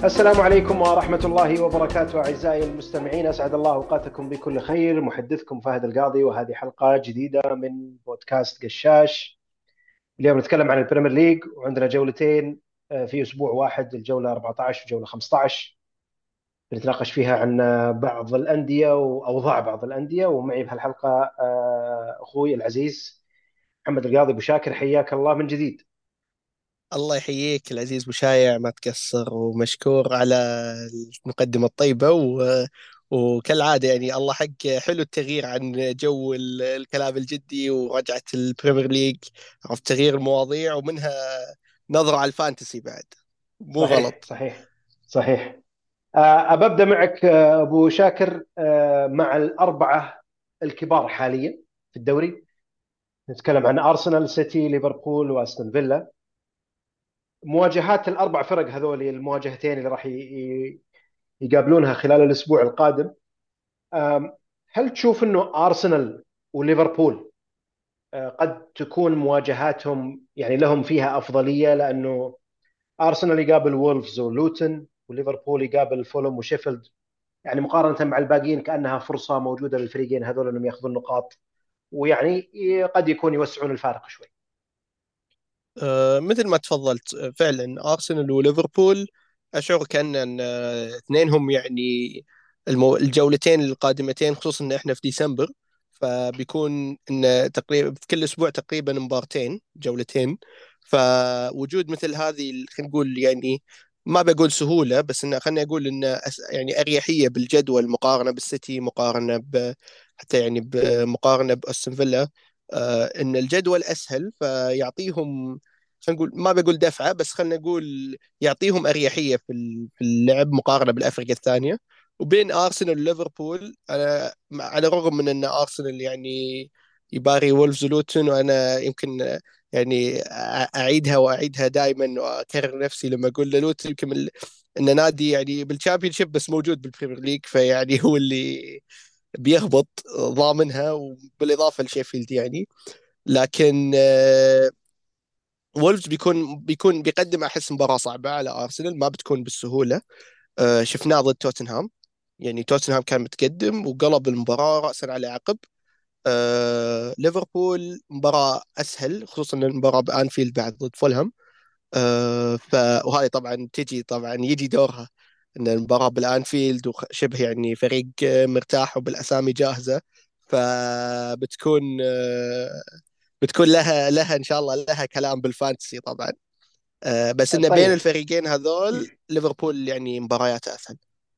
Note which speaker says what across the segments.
Speaker 1: السلام عليكم ورحمة الله وبركاته أعزائي المستمعين، أسعد الله أوقاتكم بكل خير. محدثكم فهد القاضي، وهذه حلقة جديدة من بودكاست قشاش. اليوم نتكلم عن البريمير ليج، وعندنا جولتين في أسبوع واحد، الجولة 14 وجولة 15 نتناقش فيها عن بعض الأندية وأوضاع بعض الأندية. ومعي بهالحلقة أخوي العزيز محمد القاضي أبو شاكر، حياك الله من جديد.
Speaker 2: الله يحييك العزيز بشايع، ما تقصر ومشكور على المقدمة الطيبة وكالعادة يعني الله حق حلو التغيير عن جو الكلام الجدي ورجعة البريمير ليج. عرفت تغيير المواضيع ومنها نظرة على الفانتسي بعد مو
Speaker 1: صحيح
Speaker 2: غلط.
Speaker 1: صحيح صحيح. أبدأ معك أبو شاكر مع الأربعة الكبار حاليا في الدوري. نتكلم عن أرسنال، سيتي، ليفربول، وأستون فيلا. مواجهات الأربع فرق هذول، المواجهتين اللي راح يقابلونها خلال الأسبوع القادم. آم، هل تشوف أنه أرسنال وليفربول قد تكون مواجهاتهم يعني لهم فيها أفضلية، لأنه أرسنال يقابل وولفز ولوتن، وليفربول يقابل فولوم وشيفيلد، يعني مقارنة مع الباقيين كأنها فرصة موجودة للفريقين هذول انهم ياخذون نقاط، ويعني قد يكون يوسعون الفارق شوي.
Speaker 2: مثل ما تفضلت، فعلا أرسنال وليفربول أشعر كأن اثنينهم يعني الجولتين القادمتين، خصوصا إن إحنا في ديسمبر، فبيكون إن تقريبا في كل أسبوع تقريبا مبارتين جولتين. فوجود مثل هذه خلينا نقول يعني ما بقول سهولة، بس إنه خليني أقول إنه يعني أريحية بالجدول مقارنة بالسيتي، مقارنة حتى يعني بمقارنة بأستون فيلا. إن الجدول أسهل فيعطيهم، خلينا نقول ما بقول دفعة، بس خلينا نقول يعطيهم أريحية في اللعب مقارنة بالأفرقة الثانية. وبين أرسنال وليفربول، أنا على الرغم من أن أرسنال يعني يباري وولفز ولوتون، وأنا يمكن يعني أعيدها وأعيدها دائما وأكرر نفسي لما أقول لوتون يمكن أن نادي يعني بالشامبيون شيب بس موجود بالبريمير ليج، فيعني هو اللي بيهبط ضامنها، وبالإضافة لشيفيلد يعني. لكن وولفز بيكون بيقدم احس مباراه صعبه على ارسنال، ما بتكون بالسهوله. شفناه ضد توتنهام، يعني توتنهام كان متقدم وقلب المباراه راسا على عقب. ليفربول مباراه اسهل، خصوصا ان المباراه بانفيلد بعد ضد فولهام. وهذه طبعا تجي، طبعا يجي دورها ان المباراه بالانفيلد وشبه يعني فريق مرتاح وبالاسامي جاهزه. فبتكون بتكون لها ان شاء الله لها كلام بالفانتسي طبعا. بس انه بين
Speaker 1: طيب،
Speaker 2: الفريقين هذول ليفربول يعني مباريات اسهل.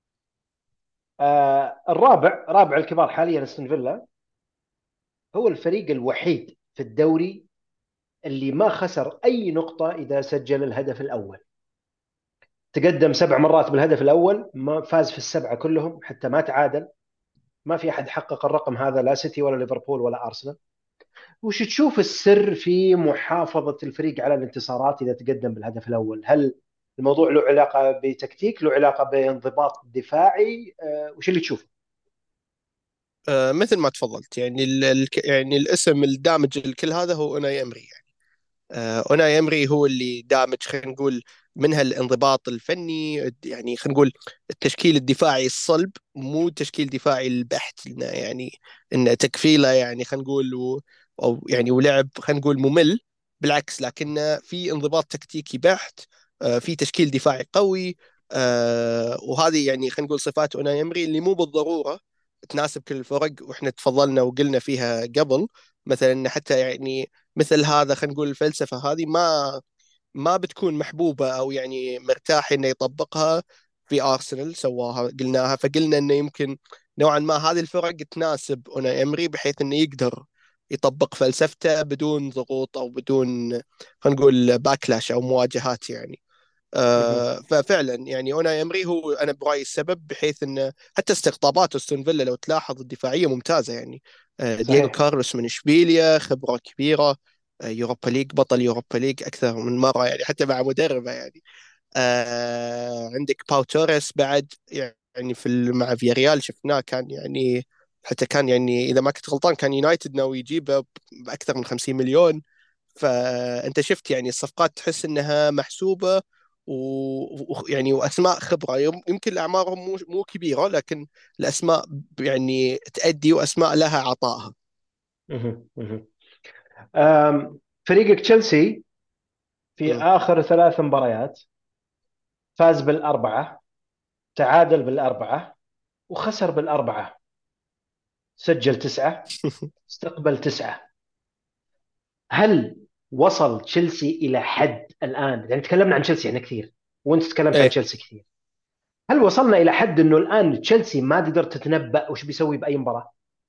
Speaker 1: رابع الكبار حاليا استون فيلا هو الفريق الوحيد في الدوري اللي ما خسر اي نقطة اذا سجل الهدف الاول. تقدم 7 مرات بالهدف الاول، ما فاز في السبعة كلهم، حتى ما تعادل. ما في احد حقق الرقم هذا، لا سيتي ولا ليفربول ولا ارسنال. وش تشوف السر في محافظة الفريق على الانتصارات إذا تقدم بالهدف الأول؟ هل الموضوع له علاقة بتكتيك، له علاقة بانضباط دفاعي؟ وش اللي تشوفه؟
Speaker 2: مثل ما تفضلت يعني يعني الاسم الدامج الكل هذا هو اوناي امري يعني. اوناي امري هو اللي دامج، خلينا نقول منها الانضباط الفني، يعني خلينا نقول التشكيل الدفاعي الصلب، مو التشكيل الدفاعي البحت، إنه يعني انه تكفيله يعني خلينا نقول او يعني ولعب خلينا نقول ممل. بالعكس، لكنه في انضباط تكتيكي بحت. في تشكيل دفاعي قوي. وهذه يعني خلينا نقول صفات اوناي امري اللي مو بالضروره تناسب كل الفرق، واحنا تفضلنا وقلنا فيها قبل. مثلا إن حتى يعني مثل هذا خلينا نقول الفلسفة هذه ما بتكون محبوبة أو يعني مرتاح إنه يطبقها. في أرسنال سواها قلناها، فقلنا إنه يمكن نوعا ما هذه الفرق تناسب أوناي إمري، بحيث إنه يقدر يطبق فلسفته بدون ضغوط أو بدون خلينا نقول باكلاش أو مواجهات يعني.
Speaker 1: مهم.
Speaker 2: ففعلا يعني اوناي امري هو انا برايي السبب، بحيث انه حتى استقطابات استون فيلا لو تلاحظ الدفاعيه ممتازه يعني. دييغو
Speaker 1: صحيح.
Speaker 2: كارلوس من اشبيليا خبره كبيره. يوروبا ليج، بطل يوروبا ليج اكثر من مره يعني حتى مع مدربه يعني. عندك باو توريس بعد، يعني مع فياريال شفناه كان يعني، حتى كان يعني اذا ما كنت غلطان كان يونايتد ناوي يجيبه باكثر من 50 مليون. فانت شفت يعني الصفقات تحس انها محسوبه ويعني واسماء خبره، يمكن اعمارهم مو كبيره، لكن الاسماء يعني تأدي، واسماء لها عطائها.
Speaker 1: مهم. مهم. فريقك تشيلسي في
Speaker 2: مم.
Speaker 1: آخر 3 مباريات فاز بالأربعة، تعادل بالأربعة، وخسر بالأربعة، سجل 9، استقبل 9. هل وصل تشيلسي إلى حد الآن، يعني تكلمنا عن تشيلسي احنا كثير وانت تكلمت عن
Speaker 2: ايه.
Speaker 1: تشيلسي كثير، هل وصلنا إلى حد أنه الآن تشيلسي ما تقدر تتنبأ وش بيسوي بأي مباراة؟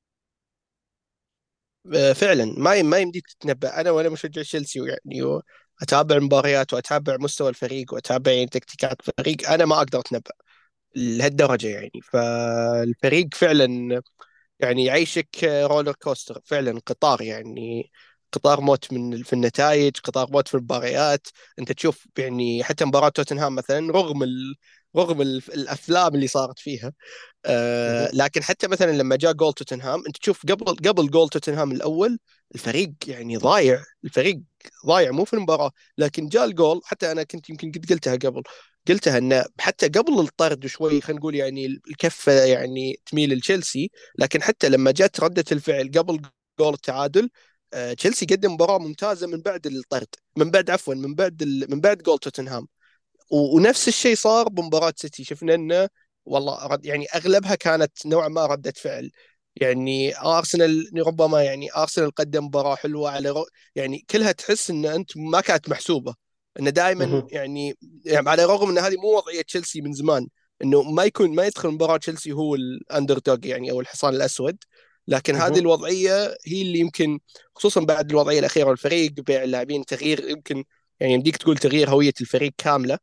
Speaker 2: فعلا ما يمديك تتنبأ. انا وانا مشجع تشيلسي يعني اتابع مباريات واتابع مستوى الفريق واتابع يعني تكتيكات الفريق، انا ما اقدر اتنبأ لهالدرجه يعني. فالفريق فعلا يعني يعيشك رولر كوستر، فعلا قطار يعني، قطار موت في النتائج، قطار موت في المباريات. انت تشوف يعني حتى مباراة توتنهام مثلا، رغم الافلام اللي صارت فيها،
Speaker 1: مهم.
Speaker 2: لكن حتى مثلا لما جاء جول توتنهام، انت تشوف قبل جول توتنهام الاول، الفريق يعني ضايع، الفريق ضايع مو في المباراة. لكن جاء الجول، حتى انا كنت يمكن قد قلتها قبل، قلتها ان حتى قبل الطرد شوي، خلينا نقول يعني الكفة يعني تميل لتشيلسي. لكن حتى لما جت ردة الفعل قبل جول التعادل، تشيلسي قدم مباراة ممتازة من بعد الطرد، من بعد عفوا من بعد جول توتنهام. ونفس الشيء صار بمباراة سيتي، شفنا انه والله يعني اغلبها كانت نوعا ما ردة فعل. يعني ارسنال ربما، يعني ارسنال قدم مباراة حلوة يعني كلها تحس ان انت ما كانت محسوبة، انه دائما
Speaker 1: مهم.
Speaker 2: يعني على الرغم ان هذه مو وضعية تشيلسي من زمان، انه ما يدخل مباراة تشيلسي هو الاندر دوج يعني، او الحصان الاسود. لكن هذه
Speaker 1: مهم.
Speaker 2: الوضعية هي اللي يمكن، خصوصا بعد الوضعية الأخيرة والفريق بيع اللاعبين، تغيير يمكن يعني يمديك تقول تغيير هوية الفريق كاملة.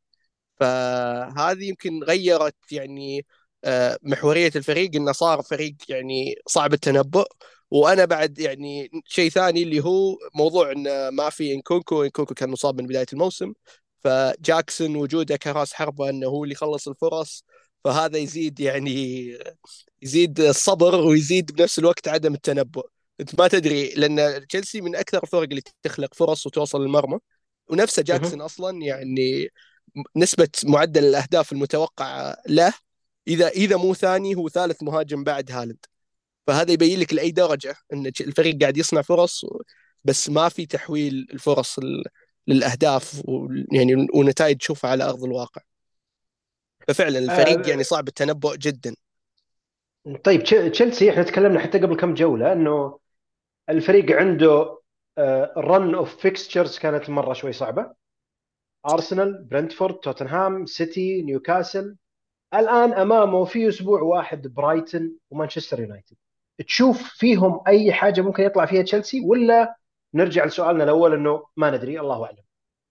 Speaker 2: فهذه يمكن غيرت يعني محورية الفريق، انه صار فريق يعني صعب التنبؤ. وانا بعد يعني شيء ثاني اللي هو موضوع انه ما في انكونكو كان مصاب من بداية الموسم، فجاكسون وجوده كراس حربة انه هو اللي يخلص الفرص. فهذا يزيد يعني، يزيد الصبر، ويزيد بنفس الوقت عدم التنبؤ. انت ما تدري، لان تشيلسي من اكثر الفرق اللي تخلق فرص وتوصل للمرمى، ونفسه جاكسون
Speaker 1: مهم.
Speaker 2: اصلا يعني نسبة معدل الأهداف المتوقعة له، إذا مو ثاني، هو ثالث مهاجم بعد هالاند. فهذا يبين لك لأي درجة أن الفريق قاعد يصنع فرص، بس ما في تحويل الفرص للأهداف، يعني ونتائج تشوفها على أرض الواقع. ففعلا الفريق
Speaker 1: آه،
Speaker 2: يعني صعب التنبؤ جدا.
Speaker 1: طيب تشيلسي احنا تكلمنا حتى قبل كم جولة انه الفريق عنده رن اوف فيكستشرز كانت مرة شوي صعبة، ارسنال، برنتفورد، توتنهام، سيتي، نيوكاسل. الان امامه في اسبوع واحد برايتن ومانشستر يونايتد. تشوف فيهم اي حاجة ممكن يطلع فيها تشيلسي، ولا نرجع لسؤالنا الاول انه ما ندري الله اعلم؟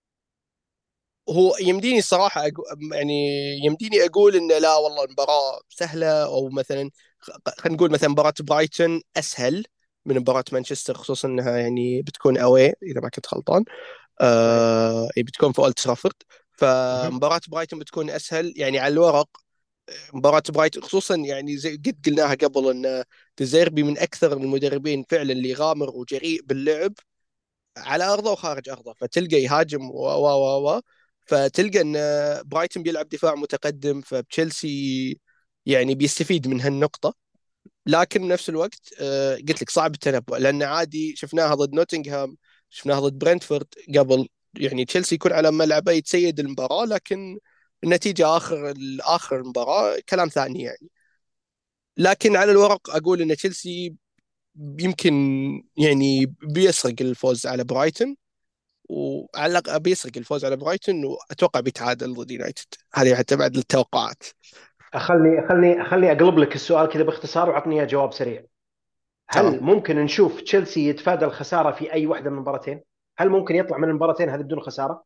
Speaker 2: هو يمديني الصراحة يعني يمديني أقول إن لا والله المباراة سهلة، أو مثلا خلينا نقول مثلا مباراة برايتون أسهل من مباراة مانشستر، خصوصا إنها يعني بتكون أوي إذا ما كنت غلطان.
Speaker 1: صحيح.
Speaker 2: بتكون في أولد ترافورد.
Speaker 1: مهم.
Speaker 2: فمباراة برايتون بتكون أسهل يعني على الورق. مباراة برايتون خصوصا يعني زي قد قلناها قبل، أن ديزيربي من أكثر المدربين فعلا اللي غامر وجريء باللعب على ارضه وخارج ارضه. فتلقى يهاجم و فتلقى ان برايتون بيلعب دفاع متقدم، فبتشيلسي يعني بيستفيد من هالنقطة. لكن بنفس الوقت قلت لك صعب التنبؤ، لان عادي شفناها ضد نوتنغهام، شفناها ضد برنتفورد قبل، يعني تشيلسي يكون على ملعبه يتسيد المباراة، لكن النتيجة آخر المباراة كلام ثاني يعني. لكن على الورق أقول أن تشيلسي يمكن يعني بيسرق الفوز على برايتون، وعلى الأقل بيسرق الفوز على برايتون، واتوقع بيتعادل ضد يونايتد. هذه حتى بعد التوقعات.
Speaker 1: خلني اقلب لك السؤال كذا باختصار واعطني إياه جواب سريع.
Speaker 2: تمام.
Speaker 1: هل ممكن نشوف تشيلسي يتفادى الخسارة في اي واحدة من المباراتين؟ هل ممكن يطلع من المباراتين هذه بدون خسارة؟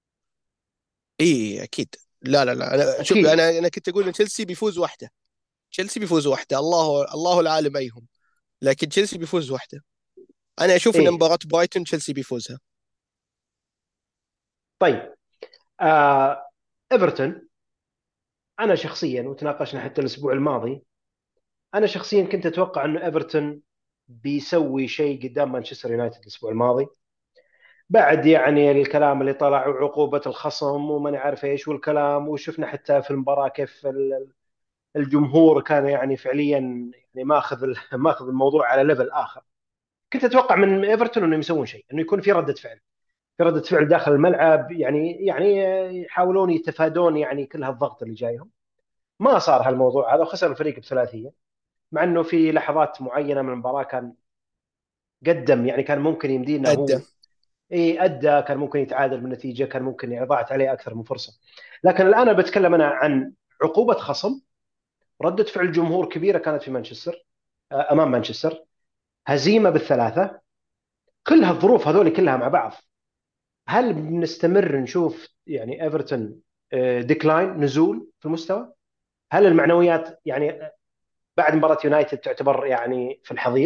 Speaker 2: اي اكيد. لا لا لا، انا شوف،
Speaker 1: اكيد.
Speaker 2: انا كنت اقول ان تشيلسي بيفوز واحده، تشيلسي بيفوز واحده، الله العالم ايهم، لكن تشيلسي بيفوز واحده. انا اشوف ان
Speaker 1: ايه.
Speaker 2: مباراه برايتون تشيلسي بيفوزها.
Speaker 1: طيب. ايفرتون، انا شخصيا وتناقشنا حتى الاسبوع الماضي، انا شخصيا كنت اتوقع انه ايفرتون بيسوي شيء قدام مانشستر يونايتد الاسبوع الماضي، بعد يعني الكلام اللي طلع وعقوبة الخصم وما نعرف ايش والكلام، وشفنا حتى في المباراة كيف الجمهور كان يعني فعليا يعني ماخذ ماخذ الموضوع على ليفل اخر. كنت اتوقع من ايفرتون انه يسوون شيء، انه يكون في ردة فعل، في ردة فعل داخل الملعب، يعني يحاولون يتفادون يعني كل هالضغط اللي جايهم. ما صار هالموضوع هذا، وخسر الفريق بثلاثية، مع انه في لحظات معينة من المباراة كان قدم، يعني كان ممكن يمدينا
Speaker 2: أدى.
Speaker 1: هو. اي ادى، كان ممكن يتعادل بالنتيجه، كان ممكن يعني ضاعت عليه اكثر من فرصه. لكن الان أنا بتكلم انا عن عقوبه خصم، رده فعل جمهور كبيره كانت في مانشستر، امام مانشستر، هزيمه بالثلاثه، كل هالظروف هذول كلها مع بعض، هل بنستمر نشوف يعني ايفرتون ديكلاين، نزول في المستوى؟ هل المعنويات يعني بعد مباراه يونايتد تعتبر يعني في الحضيض؟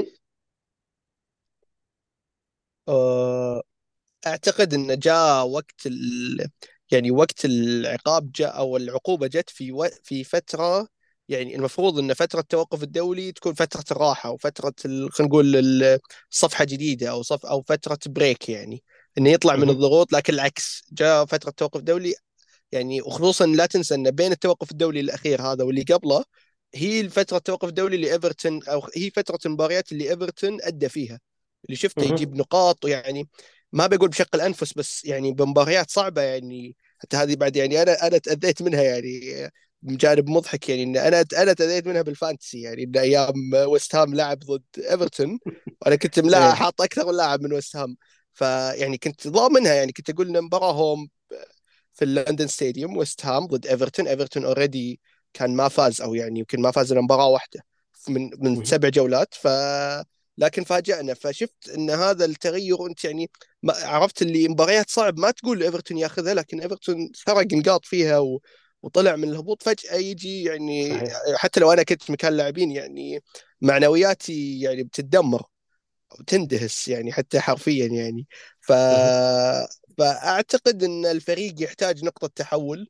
Speaker 2: آه، أعتقد أن جاء وقت يعني وقت العقاب جاء، أو العقوبة جت في فترة، يعني المفروض أن فترة التوقف الدولي تكون فترة الراحة، أو فترة خلينا نقول صفحة جديدة، أو فترة بريك، يعني إنه يطلع من
Speaker 1: مه.
Speaker 2: الضغوط. لكن العكس، جاء فترة توقف دولي يعني. وخصوصا لا تنسى أن بين التوقف الدولي الأخير هذا واللي قبله، هي فترة التوقف الدولي لإيفرتون، أو هي فترة المباريات اللي إيفرتون أدى فيها، اللي شفته
Speaker 1: مه.
Speaker 2: يجيب نقاط، ويعني ما بقول بشق الأنفس، بس يعني بمباريات صعبة يعني. حتى هذه بعد يعني أنا تأذيت منها يعني، من جانب مضحك يعني، ان انا تأذيت منها بالفانتسي، يعني ان ايام ويست هام لعب ضد ايفرتون، وانا كنت ملاعب
Speaker 1: ايه.
Speaker 2: حاط اكثر من لاعب من ويست هام. فيعني كنت ضامنها، يعني كنت اقول ان مباراه هوم في اللندن ستاديوم، ويست هام ضد ايفرتون. ايفرتون اوريدي كان ما فاز، او يعني يمكن ما فاز الا مباراه واحده من
Speaker 1: مه.
Speaker 2: 7 جولات. لكن فاجأنا، فشفت ان هذا التغير. وانت يعني ما عرفت اللي مباريات صعب ما تقول ايفرتون ياخذها، لكن ايفرتون سرق نقاط فيها وطلع من الهبوط فجأة يجي يعني.
Speaker 1: صحيح.
Speaker 2: حتى لو انا كنت مكان لاعبين يعني، معنوياتي يعني بتتدمر او تندهس يعني، حتى حرفيا يعني. ف
Speaker 1: مه.
Speaker 2: فاعتقد ان الفريق يحتاج نقطة تحول.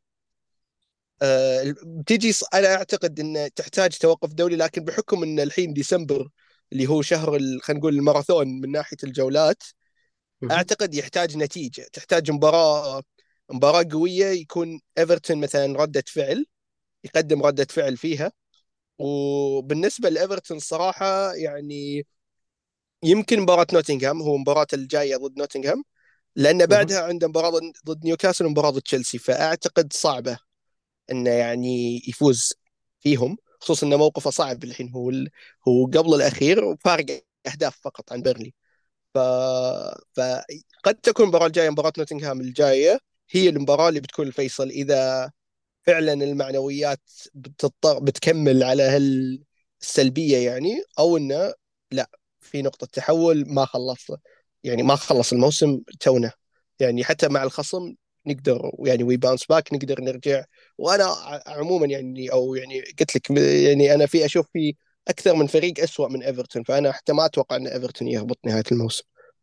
Speaker 2: انا اعتقد ان تحتاج توقف دولي، لكن بحكم ان الحين ديسمبر اللي هو شهر خلينا نقول الماراثون من ناحية الجولات،
Speaker 1: مه.
Speaker 2: اعتقد يحتاج نتيجة، تحتاج مباراة قوية، يكون ايفرتون مثلا ردة فعل، يقدم ردة فعل فيها. وبالنسبة لإيفرتون صراحة يعني، يمكن مباراة نوتنغهام هو مباراة الجاية ضد نوتنغهام، لأن
Speaker 1: مه.
Speaker 2: بعدها عنده مباراة ضد نيوكاسل ومباراة ضد تشيلسي، فأعتقد صعبة انه يعني يفوز فيهم، خصوصا انه موقفه صعب الحين، هو قبل الاخير وفارق اهداف فقط عن بيرنلي. ف... فقد تكون المباراه الجايه، مباراه نوتنغهام الجايه، هي المباراه اللي بتكون الفيصل، اذا فعلا المعنويات بتكمل على السلبيه يعني، او انه لا، في نقطه تحول ما خلص، يعني ما خلص الموسم تونا، يعني حتى مع الخصم نقدر يعني وي باونس باك، نقدر نرجع. وانا عموما يعني، او يعني قلت لك يعني انا اشوف في اكثر من فريق اسوأ من ايفرتون، فانا حتى ما اتوقع ان ايفرتون يهبط نهايه الموسم.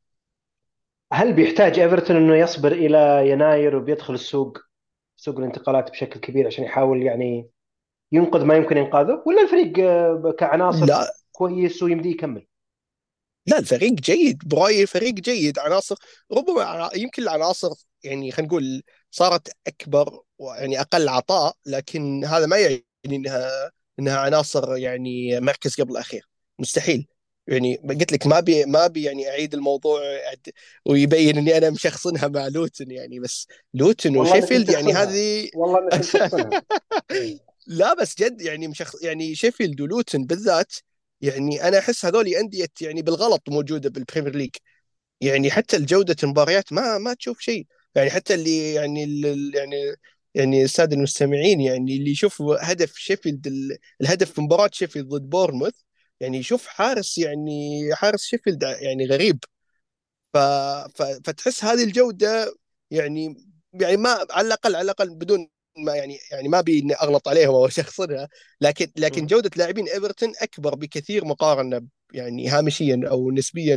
Speaker 1: هل بيحتاج ايفرتون انه يصبر الى يناير وبيدخل السوق، سوق الانتقالات بشكل كبير، عشان يحاول يعني ينقذ ما يمكن انقاذه، ولا الفريق كعناصر
Speaker 2: لا،
Speaker 1: كويس ويمديه يكمل؟
Speaker 2: لا، الفريق جيد، برايي فريق جيد، عناصر ربما يمكن العناصر يعني خلينا نقول صارت اكبر ويعني اقل عطاء، لكن هذا ما يعني انها عناصر يعني مركز قبل الاخير، مستحيل. يعني قلت لك ما بي يعني اعيد الموضوع ويبين اني انا مشخصنها مع لوتن يعني، بس لوتن
Speaker 1: والله انك
Speaker 2: وشيفيلد يعني
Speaker 1: مشخصنها،
Speaker 2: هذه.
Speaker 1: والله انك مشخصنها. إيه.
Speaker 2: لا بس جد يعني يعني شيفيلد ولوتن بالذات، يعني انا احس هذول انديه يعني بالغلط موجوده بالبريمير ليج. يعني حتى الجوده المباريات ما تشوف شيء، يعني حتى اللي يعني يعني الساده المستمعين يعني اللي يشوف هدف شيفيلد، الهدف في مباراه شيفيلد ضد بورنموث، يعني يشوف حارس، يعني حارس شيفيلد يعني غريب. ف... فتحس هذه الجوده يعني، يعني ما على الاقل بدون ما يعني ما بي إني اغلط عليهم او شخصنها، لكن
Speaker 1: مهم.
Speaker 2: جوده لاعبين ايفرتون اكبر بكثير مقارنه يعني هامشيا او نسبيا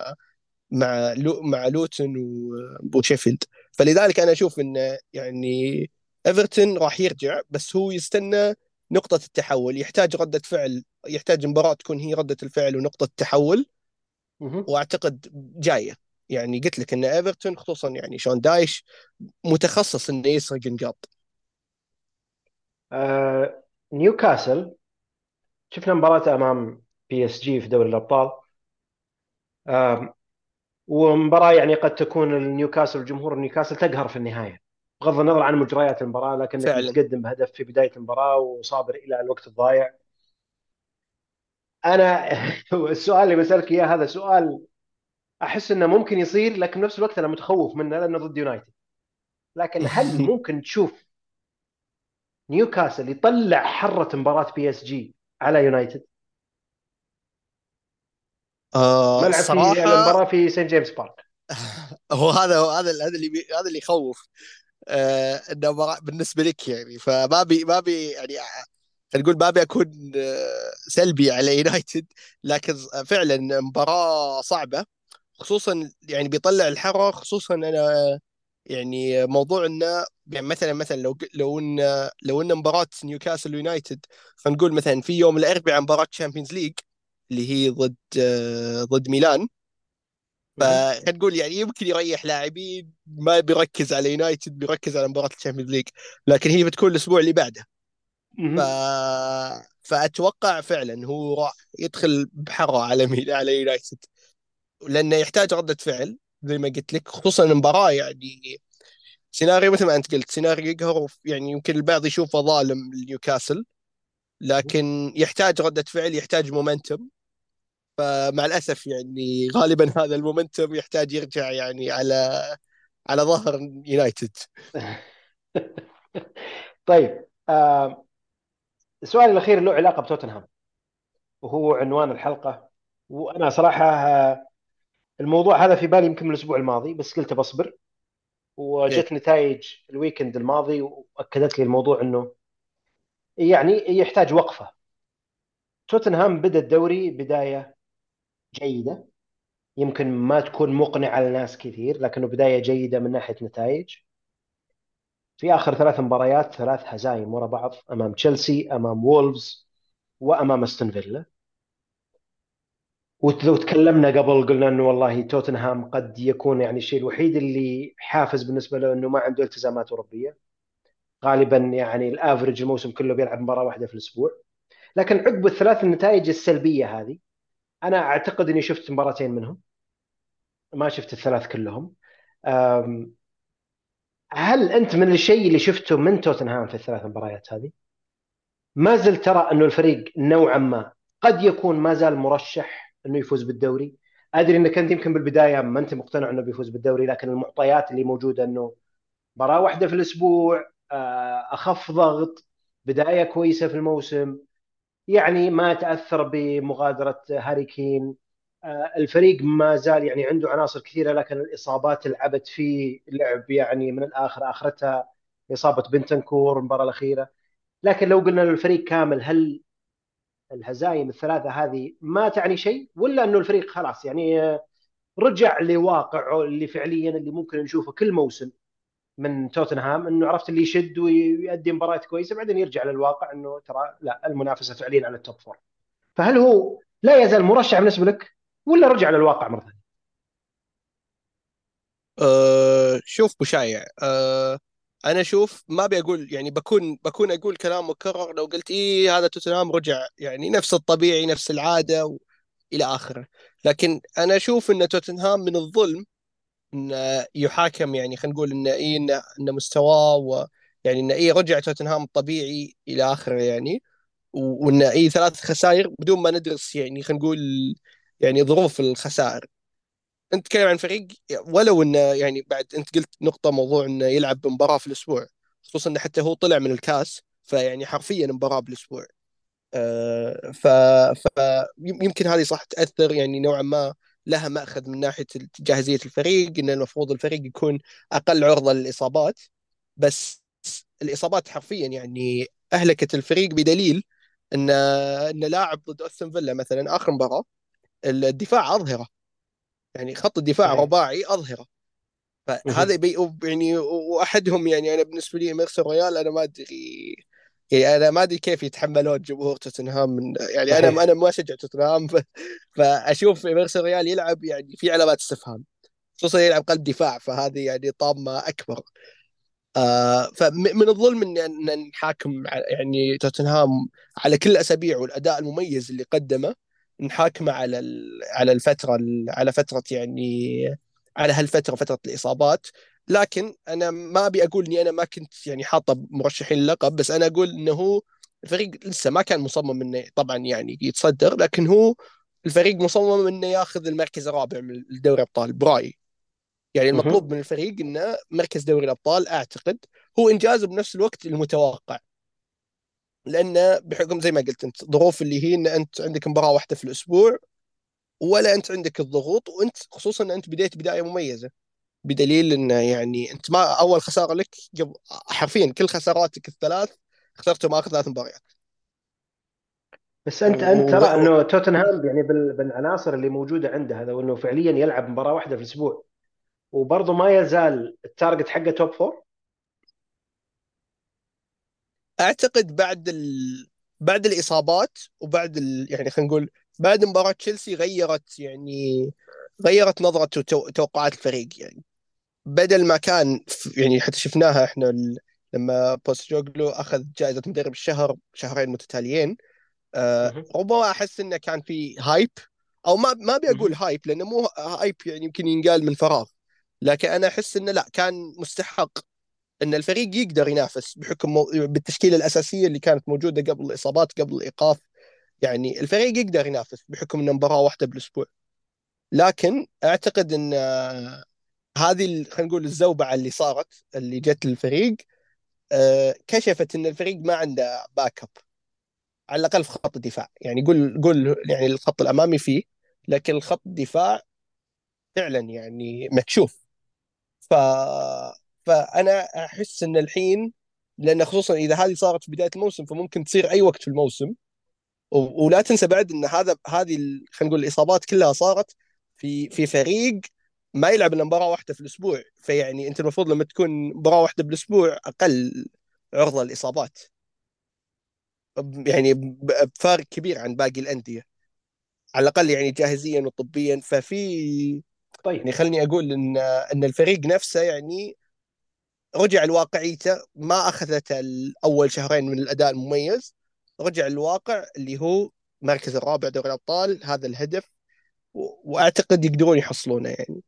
Speaker 2: مع لوتون وشيفيلد. فلذلك انا اشوف ان يعني ايفرتون راح يرجع، بس هو يستنى نقطة التحول، يحتاج ردة فعل، يحتاج مباراة تكون هي ردة الفعل ونقطة التحول،
Speaker 1: مهم.
Speaker 2: واعتقد جاية. يعني قلت لك ان ايفرتون خصوصا يعني شون دايش متخصص انه يسرق نقاط.
Speaker 1: نيوكاسل شفنا مباراة امام بي اس جي في دوري الابطال. ومباراة يعني قد تكون النيوكاسل وجمهور نيوكاسل تقهر في النهاية، بغض النظر عن مجريات المباراة، لكنك
Speaker 2: فعلا.
Speaker 1: متقدم بهدف في بداية المباراة وصابر إلى الوقت الضايع. أنا السؤال اللي بسألك إياه هذا سؤال أحس إنه ممكن يصير، لكن بنفس الوقت أنا متخوف منه لأنه ضد يونايتد. لكن هل ممكن تشوف نيوكاسل يطلع حرة مباراة بي اس جي على يونايتد؟ ملعب في
Speaker 2: الصراحه
Speaker 1: المباراة في سين جيمس بارك.
Speaker 2: هذا اللي يخوف. انه بالنسبه لك يعني ما بي يعني خلينا نقول ما ابي اكون سلبي على يونايتد، لكن فعلا مباراه صعبه، خصوصا يعني بيطلع الحرة، خصوصا انا يعني موضوع انه يعني مثلا لو ان مباراة نيوكاسل يونايتد، خلينا نقول مثلا في يوم الاربعاء مباراة تشامبيونز ليج اللي هي ضد ميلان،
Speaker 1: مهم.
Speaker 2: فخلينا نقول يعني يمكن يريح لاعبين، ما بيركز على يونايتد، بيركز على مباراة الشامبيونز ليج، لكن هي بتكون الاسبوع اللي بعده. ف...
Speaker 1: مهم.
Speaker 2: فاتوقع فعلا هو راح يدخل بحرة على يونايتد، لانه يحتاج ردة فعل زي ما قلت لك، خصوصا المباراة يعني سيناريو مثل ما انت قلت، سيناريو يقهر يعني يمكن البعض يشوفه ظالم لنيوكاسل، لكن يحتاج ردة فعل، يحتاج مومنتم. فمع الاسف يعني غالبا هذا المومنتم يحتاج يرجع يعني على ظهر يونايتد.
Speaker 1: طيب، السؤال الأخير له علاقة بتوتنهام وهو عنوان الحلقة. وأنا صراحة الموضوع هذا في بالي يمكن من الأسبوع الماضي، بس قلت بصبر.
Speaker 2: إيه.
Speaker 1: وجت نتائج الويكند الماضي وأكدت لي الموضوع أنه يعني يحتاج وقفة. توتنهام بدأ الدوري بداية جيدة، يمكن ما تكون مقنعة لناس كثير، لكنه بداية جيدة من ناحية نتائج. في آخر 3 مباريات 3 هزايم ورا بعض أمام تشيلسي، أمام وولفز، وأمام استون فيلا. ولو تكلمنا قبل قلنا انه والله توتنهام قد يكون يعني الشيء الوحيد اللي حافز بالنسبه له انه ما عنده التزامات اوروبيه. غالبا يعني الافرج الموسم كله بيلعب مباراه واحده في الاسبوع. لكن عقب النتائج السلبيه هذه، انا اعتقد اني شفت مباراتين منهم، ما شفت الثلاث كلهم. أم، هل انت من الشيء اللي شفته من توتنهام في ال3 مباريات هذه ما زلت ترى انه الفريق نوعا ما قد يكون ما زال مرشح انه يفوز بالدوري؟ ادري انك انت يمكن بالبدايه ما انت مقتنع انه بيفوز بالدوري، لكن المعطيات اللي موجوده انه مباراه واحده في الاسبوع، اخف ضغط، بدايه كويسه في الموسم، يعني ما تاثر بمغادره هاري كين. الفريق ما زال يعني عنده عناصر كثيره، لكن الاصابات لعبت فيه لعب يعني من الاخر اخرتها اصابه بنتنكور المباراه الاخيره. لكن لو قلنا للفريق كامل، هل الهزايم الثلاثه هذه ما تعني شيء، ولا انه الفريق خلاص يعني رجع لواقعه اللي فعليا اللي ممكن نشوفه كل موسم من توتنهام، انه عرفت اللي يشد ويؤدي مباريات كويسه بعدين يرجع للواقع انه ترى لا، المنافسه فعليا على التوب فور؟ فهل هو لا يزال مرشح بالنسبه لك، ولا رجع للواقع مره ثانيه؟
Speaker 2: شوف مشايع، انا اشوف ما بقول يعني بكون اقول كلام مكرر لو قلت ايه هذا توتنهام رجع يعني نفس الطبيعي نفس العاده الى اخره، لكن انا اشوف ان توتنهام من الظلم ان يحاكم، يعني خلينا نقول ان ايه ان مستواه يعني ان ايه رجع توتنهام الطبيعي الى اخره يعني، وان ايه 3 خسائر بدون ما ندرس يعني خلينا نقول يعني ظروف الخسائر. انت تتكلم عن فريق، ولو انه يعني بعد انت قلت نقطة موضوع انه يلعب مباراة في الاسبوع، خصوصا انه حتى هو طلع من الكاس، فيعني حرفيا مباراة بالاسبوع. آه، ف ف يمكن هذه صح تأثر يعني نوعا ما، لها مأخذ من ناحية جاهزية الفريق، ان المفروض الفريق يكون اقل عرضة للإصابات، بس الإصابات حرفيا يعني أهلكت الفريق، بدليل ان لاعب ضد أستون فيلا مثلا آخر مباراة الدفاع أظهرة، يعني خط الدفاع
Speaker 1: صحيح.
Speaker 2: رباعي أظهرة. فهذا
Speaker 1: مهم.
Speaker 2: يعني واحدهم يعني انا بالنسبه لي ميرسي رويال، انا ما ادري يعني انا ما ادري كيف يتحملون جمهور توتنهام من يعني انا
Speaker 1: صحيح.
Speaker 2: ما اشجع توتنهام فاشوف ميرسي رويال يلعب يعني في علامات استفهام. خصوصا يلعب قلب دفاع، فهذه يعني طامة أكبر. فمن الظلم ان نحاكم يعني توتنهام على كل الاسابيع والاداء المميز اللي قدمه، نحاكمه على على الفتره على فتره يعني على هالفتره، فتره الاصابات. لكن انا ما ابي اقول اني انا ما كنت يعني حاطه مرشحين اللقب، بس انا اقول انه هو الفريق لسه ما كان مصمم انه طبعا يعني يتصدر، لكن هو الفريق مصمم انه ياخذ المركز الرابع من دوري ابطال برايي. يعني
Speaker 1: مهم.
Speaker 2: المطلوب من الفريق انه مركز دوري الابطال، اعتقد هو انجازه بنفس الوقت المتوقع، لانه بحكم زي ما قلت انت ظروف اللي هي ان انت عندك مباراه واحده في الاسبوع، ولا انت عندك الضغوط، وانت خصوصا ان انت بديت بدايه مميزه، بدليل انه يعني انت ما اول خساره لك قبل، حرفيا كل خساراتك الثلاث خسرتهم اخر ثلاث مباريات.
Speaker 1: بس انت
Speaker 2: و...
Speaker 1: ترى
Speaker 2: و...
Speaker 1: انه توتنهام يعني بالعناصر اللي موجوده عنده هذا، وانه فعليا يلعب مباراه واحده في الاسبوع، وبرضه ما يزال التارجت حقه توب فور.
Speaker 2: اعتقد بعد الاصابات وبعد يعني خلينا نقول بعد مباراه تشيلسي غيرت يعني غيرت نظره توقعات الفريق. يعني بدل ما كان يعني حتى شفناها احنا لما بوستجوغلو اخذ جائزه مدرب الشهر شهرين متتاليين.
Speaker 1: مهم.
Speaker 2: ربما احس انه كان في هايب، او ما ابي اقول
Speaker 1: مهم.
Speaker 2: هايب لانه مو هايب يعني يمكن ينقال من فراغ، لكن انا احس انه لا، كان مستحق ان الفريق يقدر ينافس بحكم بالتشكيله الاساسيه اللي كانت موجوده قبل الاصابات قبل الايقاف. يعني الفريق يقدر ينافس بحكم انه مباراه واحده بالاسبوع. لكن اعتقد ان هذه خلينا نقول الزوبعه اللي صارت اللي جت للفريق كشفت ان الفريق ما عنده باك اب، على الاقل في خط الدفاع. يعني قول يعني الخط الامامي فيه، لكن الخط الدفاع فعلا يعني مكشوف. ف فانا احس ان الحين، لان خصوصا اذا هذه صارت في بدايه الموسم فممكن تصير اي وقت في الموسم. ولا تنسى بعد ان هذه خلينا نقول الاصابات كلها صارت في فريق ما يلعب الا مباراه واحده في الاسبوع، فيعني انت المفروض لما تكون مباراه واحده بالاسبوع اقل عرضه للاصابات، يعني بفارق كبير عن باقي الانديه، على الاقل يعني جاهزيا وطبيا. ففي
Speaker 1: طيب.
Speaker 2: يعني خلني اقول ان الفريق نفسه يعني رجع لواقعيته، ما اخذت اول شهرين من الاداء المميز، رجع للواقع اللي هو مركز الرابع دوري الابطال، هذا الهدف. واعتقد يقدرون يحصلونه يعني.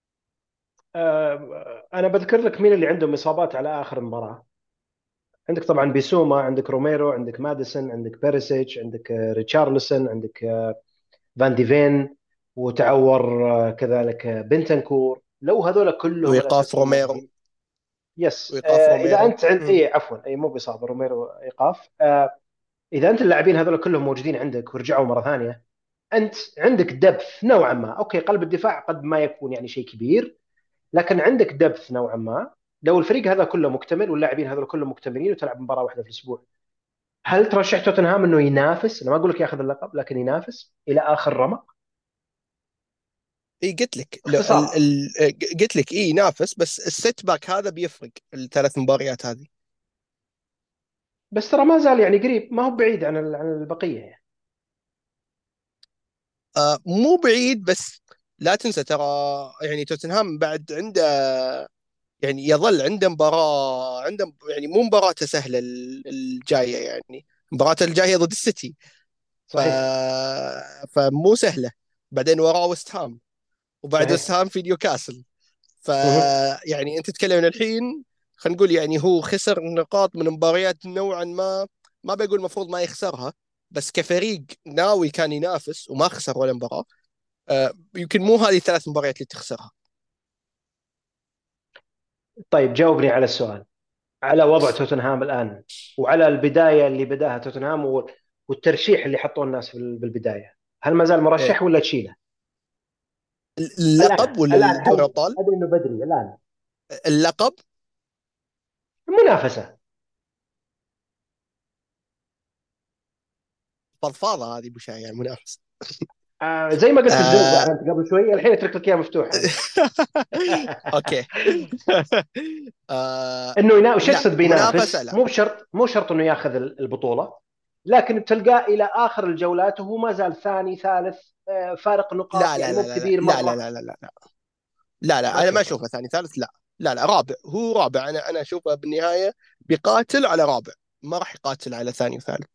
Speaker 1: انا بذكر لك مين اللي عندهم اصابات على اخر مباراه. عندك طبعا بيسوما، عندك روميرو، عندك ماديسون، عندك بيريسيتش، عندك ريتشارلسون، عندك فان ديفين، وتعور كذلك بنتنكور. لو هذول كلهم
Speaker 2: وايقاف
Speaker 1: الاساسيين
Speaker 2: روميرو.
Speaker 1: موجودين. يس.
Speaker 2: وايقاف
Speaker 1: اذا
Speaker 2: روميرو.
Speaker 1: انت عند
Speaker 2: مم.
Speaker 1: اي عفوا اي مو بإصابة روميرو، ايقاف. اذا انت اللاعبين هذول كلهم موجودين عندك ورجعوا مره ثانيه، انت عندك دبث نوعا ما. اوكي، قلب الدفاع قد ما يكون يعني شيء كبير، لكن عندك دبث نوعا ما. لو الفريق هذا كله مكتمل واللاعبين هذول كلهم مكتملين وتلعب مباراه واحده في الاسبوع، هل ترشح توتنهام انه ينافس؟ انا ما اقول لك ياخذ اللقب، لكن ينافس الى اخر رمق.
Speaker 2: اي قلت لك
Speaker 1: باختصار.
Speaker 2: قلت لك اي ينافس، بس السيت باك هذا بيفرق الثلاث مباريات هذه.
Speaker 1: بس ترى ما زال يعني قريب، ما هو بعيد عن عن البقيه يعني.
Speaker 2: مو بعيد، بس لا تنسى ترى يعني توتنهام بعد عنده يعني يظل عنده مباراة، عنده يعني مو مباراته سهلة الجاية، يعني مباراته الجاية ضد السيتي. ف...
Speaker 1: صحيح.
Speaker 2: فمو سهلة. بعدين وراه وست هام، وبعد وست
Speaker 1: صحيح.
Speaker 2: هام في نيوكاسل. ف
Speaker 1: مه.
Speaker 2: يعني انت تتكلم من الحين، خلينا نقول يعني هو خسر نقاط من مباريات نوعا ما بقول المفروض ما يخسرها، بس كفريق ناوي كان ينافس وما خسر ولا مباراة. يمكن مو هذه الثلاث مباريات اللي تخسرها.
Speaker 1: طيب جاوبني على السؤال، على وضع توتنهام الآن، وعلى البداية اللي بداها توتنهام والترشيح اللي حطوه الناس بالبداية. هل ما زال
Speaker 2: إيه.
Speaker 1: مرشح ولا تشيله؟
Speaker 2: اللقب
Speaker 1: الآن
Speaker 2: ولا
Speaker 1: الآن
Speaker 2: الدوري
Speaker 1: حاليا،
Speaker 2: الابطال؟
Speaker 1: أدري إنه بدري الآن.
Speaker 2: اللقب.
Speaker 1: المنافسة.
Speaker 2: فضفاضة هذه ابو شاي المنافس.
Speaker 1: زي ما قلت
Speaker 2: آه...
Speaker 1: الزوبعة أنت قبل شوي، الحين أترك لك إياها مفتوحة أنا.
Speaker 2: اوكي.
Speaker 1: إنه وش
Speaker 2: لا
Speaker 1: يقصد
Speaker 2: منافسة
Speaker 1: بينافس؟
Speaker 2: لا.
Speaker 1: مو شرط إنه ياخذ البطولة، لكن بتلقاه إلى آخر الجولات وهو ما زال ثاني ثالث، فارق نقاط
Speaker 2: لا
Speaker 1: يعني
Speaker 2: لا
Speaker 1: مو
Speaker 2: لا لا
Speaker 1: بكبير
Speaker 2: لا لا
Speaker 1: مرة.
Speaker 2: لا لا لا لا لا
Speaker 1: ما
Speaker 2: لا، انا ما
Speaker 1: اشوفه.
Speaker 2: اشوفه ثاني ثالث، لا. لا لا، رابع، هو رابع. انا اشوفه بالنهايه بيقاتل على رابع، ما راح يقاتل على ثاني وثالث.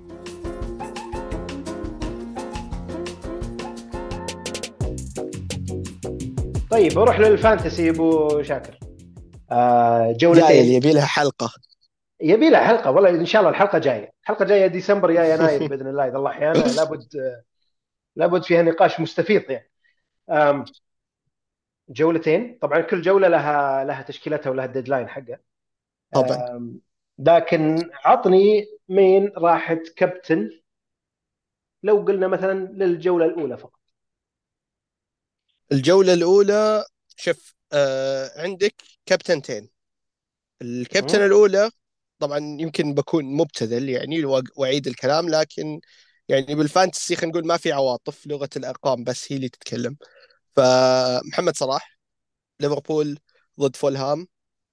Speaker 1: طيب بروح للفانتسي ابو شاكر.
Speaker 2: جاي اللي
Speaker 1: جولتين.
Speaker 2: يبي لها حلقه.
Speaker 1: يبي لها حلقه والله، ان شاء الله الحلقه جايه، الحلقه جايه ديسمبر يا يناير باذن الله اذا الله احيانا. لابد فيها نقاش مستفيض يعني. آم، جولتين طبعا، كل جوله لها تشكيلتها ولها الديدلاين حقها.
Speaker 2: طبعا.
Speaker 1: لكن عطني مين راح كابتن لو قلنا مثلا للجوله الاولى فقط.
Speaker 2: الجوله الاولى، شوف، عندك كابتنتين. الكابتن
Speaker 1: مم؟
Speaker 2: الاولى، طبعا يمكن بكون مبتذل يعني واعيد الكلام، لكن يعني بالفانتسي خلينا نقول ما في عواطف، لغه الارقام بس هي اللي تتكلم. فمحمد صلاح، ليفربول ضد فولهام،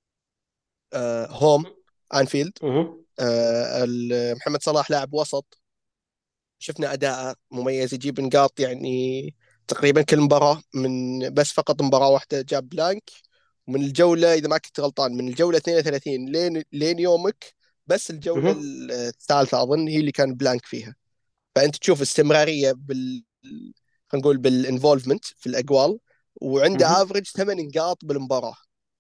Speaker 2: هوم، انفيلد.
Speaker 1: مم.
Speaker 2: محمد صلاح لاعب وسط، شفنا اداءه مميز، يجيب نقاط يعني تقريبا كل مباراه، من بس فقط مباراه واحده جاب بلانك. ومن الجوله، اذا ما كنت غلطان، من الجوله 32 لين يومك، بس الجوله
Speaker 1: مم.
Speaker 2: الثالثه اظن هي اللي كان بلانك فيها. فانت تشوف استمراريه خلينا نقول بالانفولفمنت في الاقوال، وعنده
Speaker 1: مم.
Speaker 2: افرج 8 نقاط بالمباراه.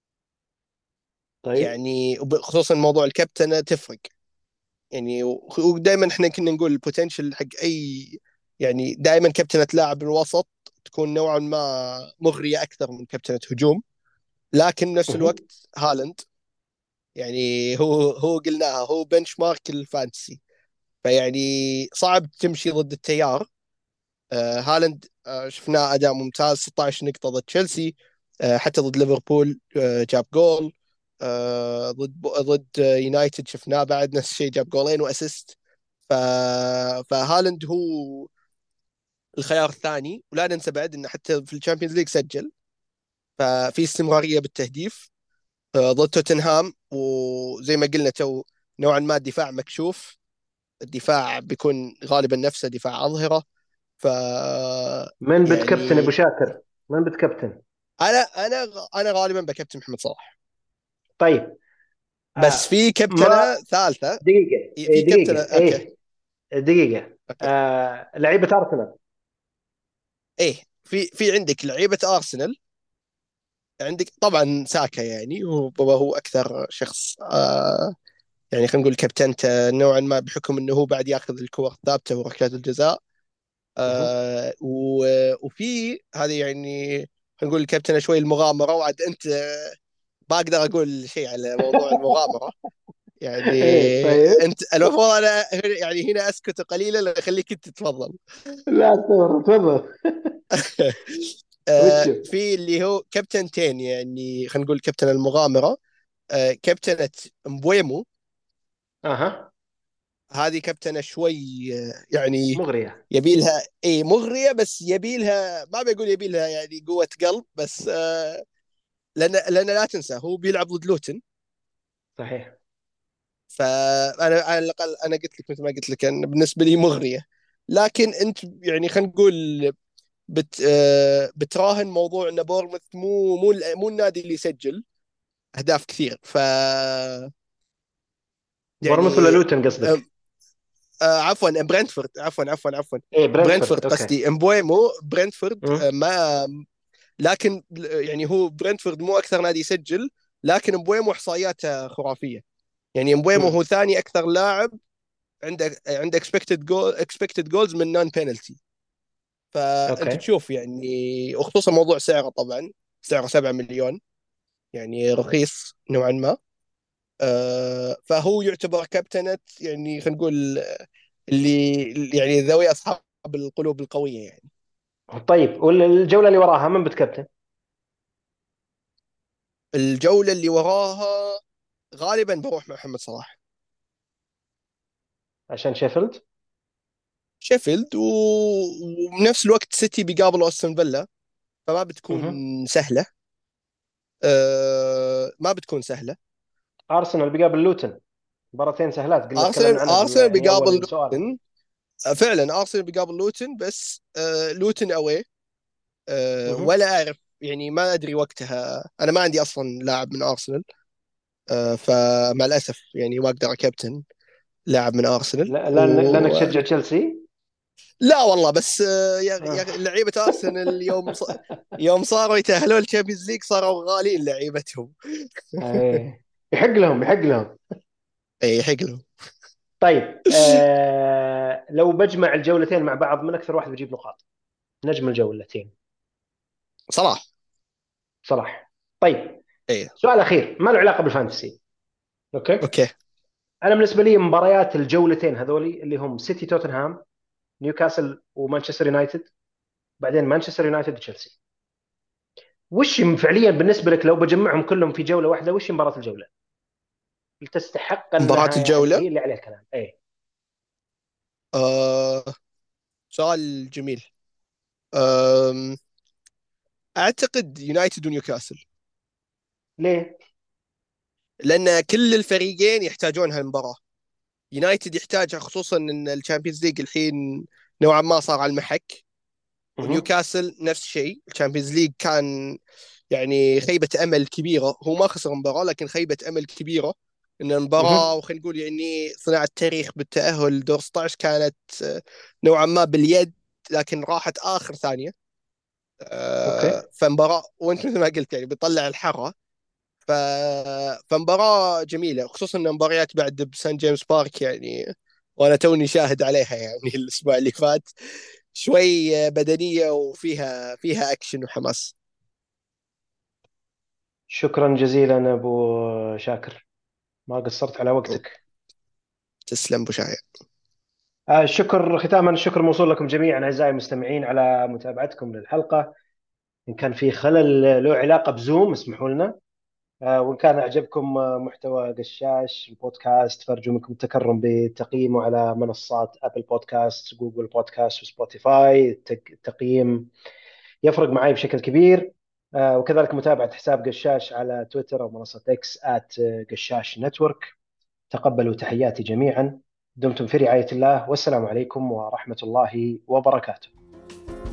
Speaker 1: طيب.
Speaker 2: يعني خصوصا موضوع الكابتنه تفرق يعني. ودائما احنا كنا نقول البوتنشل حق اي، يعني دائما كابتنة لاعب الوسط تكون نوعا ما مغرية اكثر من كابتنة هجوم. لكن نفس
Speaker 1: مم.
Speaker 2: الوقت هالاند، يعني هو قلناها، هو بنش مارك الفانتسي. فيعني صعب تمشي ضد التيار. هالاند شفناه اداء ممتاز، 16 نقطة ضد تشيلسي. حتى ضد ليفربول جاب جول. ضد يونايتد شفناه بعد نفس الشيء، جاب جولين واسيست. ف... فهالاند هو الخيار الثاني. ولا ننسى بعد انه حتى في الشامبيونز ليج سجل، ففي استمراريه بالتهديف. ضد توتنهام، وزي ما قلنا تو، نوعا ما الدفاع مكشوف. الدفاع بيكون غالبا نفسه دفاع اظهره. ف
Speaker 1: من بتكابتن ابو
Speaker 2: يعني
Speaker 1: شاكر؟ من بتكابتن؟
Speaker 2: انا غالبا بكابتن محمد صلاح.
Speaker 1: طيب.
Speaker 2: بس في
Speaker 1: ما
Speaker 2: كابتنه ثالثه.
Speaker 1: دقيقه،
Speaker 2: في كابتنه،
Speaker 1: دقيقه،
Speaker 2: اوكي.
Speaker 1: دقيقه.
Speaker 2: اوكي.
Speaker 1: لعيبه ارسنال.
Speaker 2: ايه، في عندك لعيبه ارسنال. عندك طبعا ساكا، يعني هو اكثر شخص يعني خلينا نقول كابتنته نوعا ما، بحكم انه هو بعد ياخذ الكور الثابته وركلات الجزاء.
Speaker 1: مهم.
Speaker 2: وفي هذه يعني خلينا نقول الكابتنه شوي المغامره. وعاد انت بقدر اقول شيء على موضوع المغامره يعني.
Speaker 1: ايه طيب.
Speaker 2: انت المفروض انا يعني هنا اسكت قليلا اخليك انت تتفضل.
Speaker 1: لا تفضل تفضل. وشو؟
Speaker 2: في اللي هو كابتنتين، يعني خلينا نقول كابتن المغامره، كابتنة مبويمو.
Speaker 1: اها.
Speaker 2: هذه كابتنة شوي يعني
Speaker 1: مغريه.
Speaker 2: يبي لها اي مغرية، بس يبي لها، ما بقول يبي لها يعني قوة قلب، بس لان لا تنسى هو بيلعب ضد لوتن.
Speaker 1: صحيح.
Speaker 2: فانا على الاقل انا قلت لك مثل ما قلت لك، أن بالنسبة لي مغرية. لكن انت يعني خلينا نقول بتراهن موضوع ان بورنموث مو النادي اللي يسجل اهداف كثير.
Speaker 1: بورموث ولا
Speaker 2: يعني
Speaker 1: لوتن قصدك؟
Speaker 2: عفوا برنتفورد، عفوا.
Speaker 1: ايه برنتفورد،
Speaker 2: برنتفورد
Speaker 1: اوكي.
Speaker 2: قصدي، امبويمو برنتفورد
Speaker 1: مم.
Speaker 2: ما. لكن يعني هو برنتفورد مو اكثر نادي يسجل، لكن امبويمو احصائياته خرافيه. يعني امبويمو
Speaker 1: مم.
Speaker 2: هو ثاني اكثر لاعب عنده اكسبكتد جولز من نون بينالتي. فانت
Speaker 1: اوكي.
Speaker 2: تشوف يعني، وخصوصا موضوع سعره طبعا، سعره 7 مليون، يعني رخيص نوعا ما. فهو يعتبر كابتنة، يعني خلينا نقول يعني ذوي اصحاب القلوب القويه يعني.
Speaker 1: طيب والجوله اللي وراها من بتكابتن؟
Speaker 2: الجوله اللي وراها غالبا بروح مع محمد صلاح.
Speaker 1: عشان شيفيلد.
Speaker 2: شيفيلد وبنفس الوقت سيتي بيقابل استون فيلا، فما بتكون
Speaker 1: مهم.
Speaker 2: سهله. ما بتكون سهله.
Speaker 1: ارسنال بيقابل لوتن، مباراتين سهلات قلنا تكلمنا
Speaker 2: ارسنال
Speaker 1: عنها يعني
Speaker 2: بيقابل
Speaker 1: اول سؤال.
Speaker 2: لوتن. فعلا ارسنال بيقابل لوتن، بس لوتن اوي.
Speaker 1: مهم.
Speaker 2: ولا اعرف يعني ما ادري وقتها، انا ما عندي اصلا لاعب من ارسنال. فمع الاسف يعني ما اقدر اكابتن لاعب من ارسنال
Speaker 1: لا، لانك
Speaker 2: و...
Speaker 1: تشجع تشيلسي.
Speaker 2: لا والله، بس
Speaker 1: آه.
Speaker 2: لعيبه ارسنال يوم صاروا يتاهلون الشامبيونز ليج صاروا غاليين لعيبتهم.
Speaker 1: إيه. يحق لهم، يحق لهم.
Speaker 2: اي حق لهم.
Speaker 1: طيب، لو بجمع الجولتين مع بعض، من اكثر واحد بيجيب نقاط؟ نجم الجولتين.
Speaker 2: صلاح.
Speaker 1: صلاح. طيب،
Speaker 2: اي.
Speaker 1: سؤال اخير ما له علاقه بالفانتسي. اوكي.
Speaker 2: اوكي.
Speaker 1: انا بالنسبه لي مباريات الجولتين هذولي اللي هم سيتي توتنهام، نيوكاسل ومانشستر يونايتد، بعدين مانشستر يونايتد وتشيلسي، وش فعليا بالنسبه لك لو بجمعهم كلهم في جوله واحده، وش مباراه الجوله اللي تستحق
Speaker 2: مباراة
Speaker 1: انها يعني
Speaker 2: الجولة.
Speaker 1: هي اللي عليها الكلام؟ ايه.
Speaker 2: آه سؤال جميل. آم، اعتقد يونايتد ونيوكاسل،
Speaker 1: ليه؟
Speaker 2: لان كل الفريقين يحتاجون هالمباراة. يونايتد يحتاجها خصوصا ان الشامبيونز ليج الحين نوعا ما صار على المحك.
Speaker 1: مه.
Speaker 2: ونيوكاسل نفس الشيء، الشامبيونز ليج كان يعني خيبة امل كبيرة. هو ما خسر مباراة لكن خيبة امل كبيرة ان المباراة،
Speaker 1: مه.
Speaker 2: وخلينا نقول يعني صناعة تاريخ بالتأهل دور 16 كانت نوعا ما باليد، لكن راحت اخر ثانية.
Speaker 1: اوكي.
Speaker 2: فمباراة، وانت مثل ما قلت يعني بيطلع الحرة. ف... فمباراة جميلة، خصوصا ان مباريات بعد بسان جيمس بارك يعني، وانا توني شاهد عليها يعني الاسبوع اللي فات، شوي بدنية وفيها اكشن وحماس.
Speaker 1: شكرا جزيلا ابو شاكر، ما قصرت على وقتك.
Speaker 2: تسلم بشايع.
Speaker 1: الشكر ختاما، الشكر موصول لكم جميعا اعزائي المستمعين على متابعتكم للحلقه. ان كان في خلل له علاقه بزوم اسمحوا لنا. وإن كان أعجبكم محتوى قشاش البودكاست، فأرجو منكم التكرم بتقييمه على منصات أبل بودكاست، جوجل بودكاست، وسبوتيفاي. التقييم يفرق معي بشكل كبير. وكذلك متابعة حساب قشاش على تويتر أو منصة إكس @قشاش نتورك. تقبلوا تحياتي جميعا. دمتم في رعاية الله، والسلام عليكم ورحمة الله وبركاته.